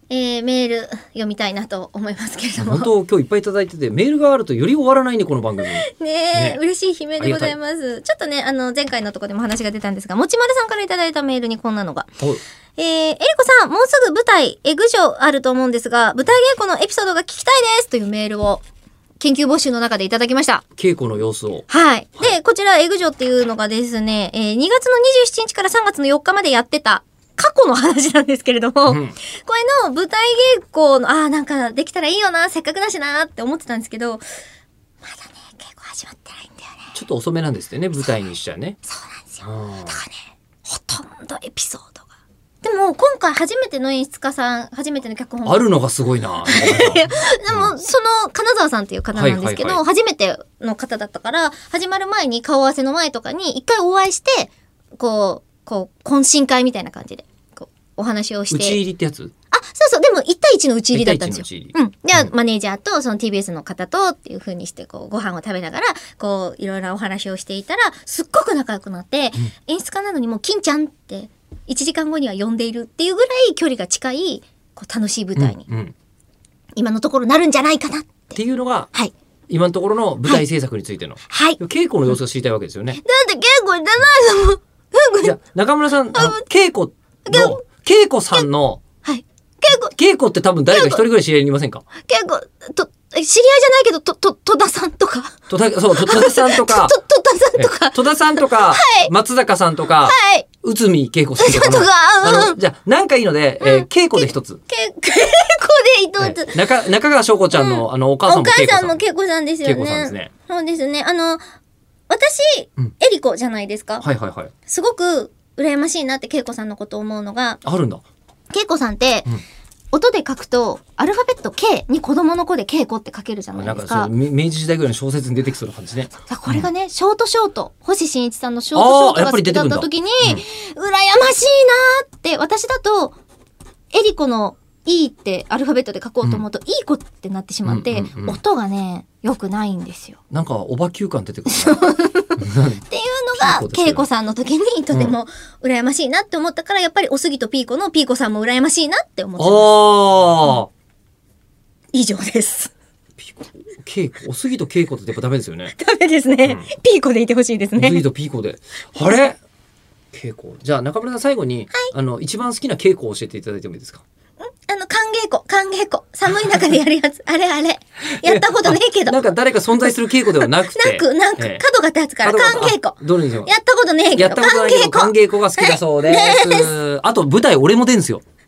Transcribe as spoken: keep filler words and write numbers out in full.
えー、メール読みたいなと思いますけれども。 本当今日いっぱいいただいてて、メールがあるとより終わらないねこの番組。 ねえ、 ね嬉しい悲鳴でございます。ちょっとね、あの前回のところでも話が出たんですが、もちまるさんからいただいたメールにこんなのが。えー、えりこさん、もうすぐ舞台エグジョあると思うんですが、舞台稽古のエピソードが聞きたいですというメールを研究募集の中でいただきました。 稽古の様子を。 はい。で、こちらエグジョっていうのがですね、えー、にがつのにじゅうしちにちからさんがつのよっかまでやってた過去の話なんですけれども、うん、これの舞台稽古の、ああ、なんかできたらいいよな、せっかくだしなって思ってたんですけど、まだね、稽古始まってないんだよね。 ちょっと遅めなんですってね、舞台にしちゃね。 そうなんですよ。だからね、ほとんどエピソードが。でも、今回初めての演出家さん、初めての脚本あるのがすごいな。 でも、その、金沢さんっていう方なんですけど、はいはいはい、初めての方だったから、始まる前に、顔合わせの前とかに、一回お会いして、こう、こう、懇親会みたいな感じで。お話をして。 打ち入りってやつ？ あ、そうそう。でもいち対いちの打ち入りだったんですよ。うん。で、 うん、 マネージャーとその ティービーエス の方とっていう風にして、こう、ご飯を食べながら、こう、いろいろお話をしていたら、すっごく仲良くなって、うん、演出家なのにもう、金ちゃんって、いちじかんごには呼んでいるっていうぐらい距離が近い、こう、楽しい舞台に、うんうん、今のところなるんじゃないかなって。 っていうのが、 はい。 今のところの舞台制作についての。 はい。 稽古の様子が知りたいわけですよね。 だって稽古じゃないのもん。 じゃあ、中村さん、稽古の、稽古さんの、 はい。 稽古。稽古って多分誰か一人ぐらい知り合いにいませんか？ 稽古、と、知り合いじゃないけど、と、と、戸田さんとか。 戸田、そう、戸田さんとか。 と、戸田さんとか。 戸田さんとか、はい、松坂さんとか、 はい。 内海恵子さんとか。 とか、 あの、じゃあ、なんかいいので、えー、稽古で一つ。 稽古で一つ。 中、中川翔子ちゃんの、あの、お母さんも恵子さん。 お母さんも恵子さんですよね。 恵子さんですね。 そうですね。あの、私、エリコじゃないですか。 はいはいはい。 すごく、羨ましいなって恵子さんのことを思うのが。 あるんだ。 恵子さんって、うん、音で書くとアルファベット K に子供の子で恵子って書けるじゃないですか。 なんかそう明治時代ぐらいの小説に出てきそうな感じね。 これがね、うん、ショートショート星新一さんのショートショートが好きだった時に、うん、羨ましいなって私だとエリコの E ってアルファベットで書こうと思うと、うん、いい子ってなってしまって、うんうんうん、音がね良くないんですよ。 なんかおばきゅう感出てくる、 ね、っていうのが恵子さんの時にとても羨ましいなって思ったから、やっぱりおすぎとピーコのピーコさんも羨ましいなって思ってます。あ、うん、以上です。 ピーコ、恵子、おすぎと恵子ってやっぱダメですよね。 ダメですね、うん、ピーコでいてほしいですね。 おすぎとピーコであれ恵子、じゃあ中村さん最後に、はい、あの一番好きな恵子を教えていただいてもいいですか？ あの、寒稽古、寒稽古。寒い中でやるやつ。あれあれ。やったことねえけど。 なんか誰か存在する稽古ではなくて。 なく、なんか、角が立つから、寒稽古。 どれにしよう。 やったことねえけど。 やったことないけど、寒稽古が好きだそうです。あと、舞台俺も出んすよ。